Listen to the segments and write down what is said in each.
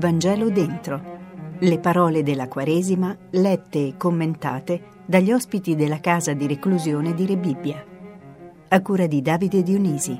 Il Vangelo dentro. Le parole della Quaresima lette e commentate dagli ospiti della casa di reclusione di Rebibbia. A cura di Davide Dionisi.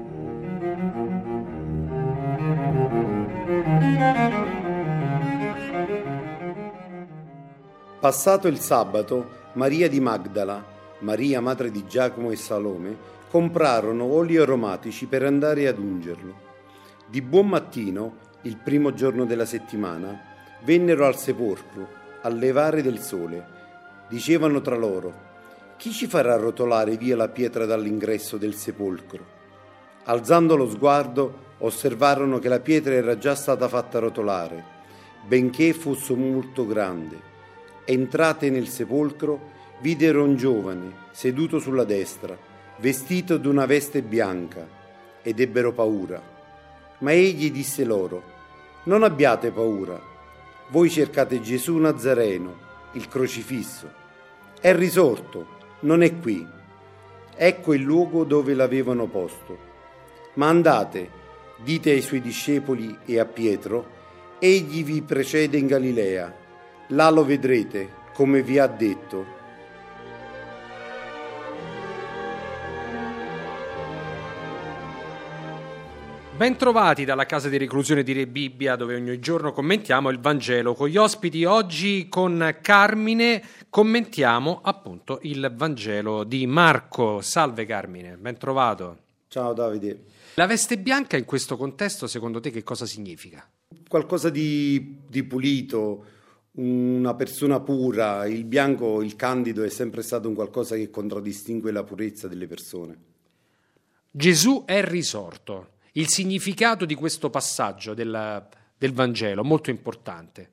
Passato il sabato, Maria di Magdala, Maria madre di Giacomo e Salome, comprarono oli aromatici per andare ad ungerlo. Di buon mattino, il primo giorno della settimana, vennero al sepolcro, al levare del sole. Dicevano tra loro: chi ci farà rotolare via la pietra dall'ingresso del sepolcro? Alzando lo sguardo, osservarono che la pietra era già stata fatta rotolare, benché fosse molto grande. Entrate nel sepolcro, videro un giovane seduto sulla destra, vestito d'una veste bianca, ed ebbero paura. Ma egli disse loro: non abbiate paura, voi cercate Gesù Nazareno, il crocifisso. È risorto, non è qui. Ecco il luogo dove l'avevano posto. Ma andate, dite ai suoi discepoli e a Pietro: egli vi precede in Galilea, là lo vedrete, come vi ha detto. Bentrovati dalla casa di reclusione di Rebibbia, dove ogni giorno commentiamo il Vangelo. Con gli ospiti oggi, con Carmine, commentiamo appunto il Vangelo di Marco. Salve Carmine, bentrovato. Ciao Davide. La veste bianca in questo contesto, secondo te, che cosa significa? Qualcosa di pulito, una persona pura. Il bianco, il candido, è sempre stato un qualcosa che contraddistingue la purezza delle persone. Gesù è risorto. Il significato di questo passaggio del Vangelo, molto importante.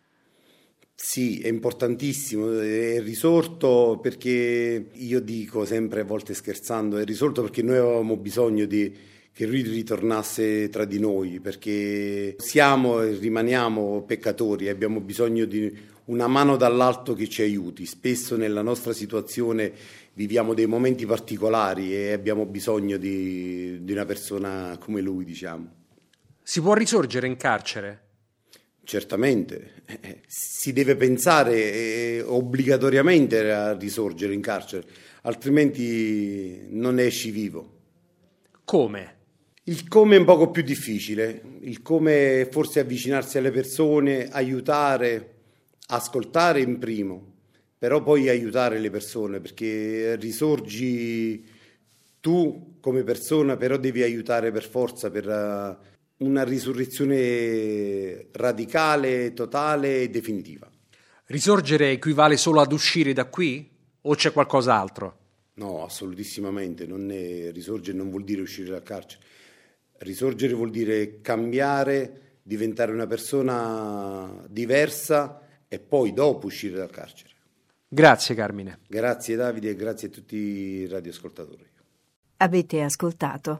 Sì, è importantissimo, è risorto perché, io dico sempre, a volte scherzando, è risorto perché noi avevamo bisogno che lui ritornasse tra di noi, perché siamo e rimaniamo peccatori, abbiamo bisogno di una mano dall'alto che ci aiuti. Spesso nella nostra situazione viviamo dei momenti particolari e abbiamo bisogno di una persona come lui, diciamo. Si può risorgere in carcere? Certamente, si deve pensare obbligatoriamente a risorgere in carcere, altrimenti non ne esci vivo. Come? Il come è un poco più difficile, il come è forse avvicinarsi alle persone, aiutare, ascoltare in primo, però poi aiutare le persone, perché risorgi tu come persona, però devi aiutare per forza, per una risurrezione radicale, totale e definitiva. Risorgere equivale solo ad uscire da qui o c'è qualcos'altro? No, assolutissimamente, risorgere non vuol dire uscire dal carcere. Risorgere vuol dire cambiare, diventare una persona diversa e poi dopo uscire dal carcere. Grazie Carmine. Grazie Davide e grazie a tutti i radioascoltatori. Avete ascoltato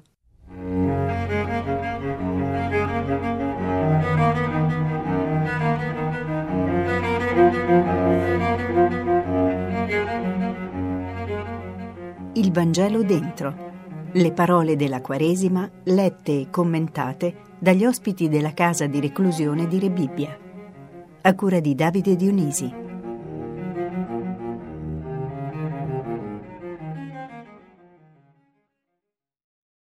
Il Vangelo dentro. Le parole della Quaresima lette e commentate dagli ospiti della casa di reclusione di Rebibbia. A cura di Davide Dionisi.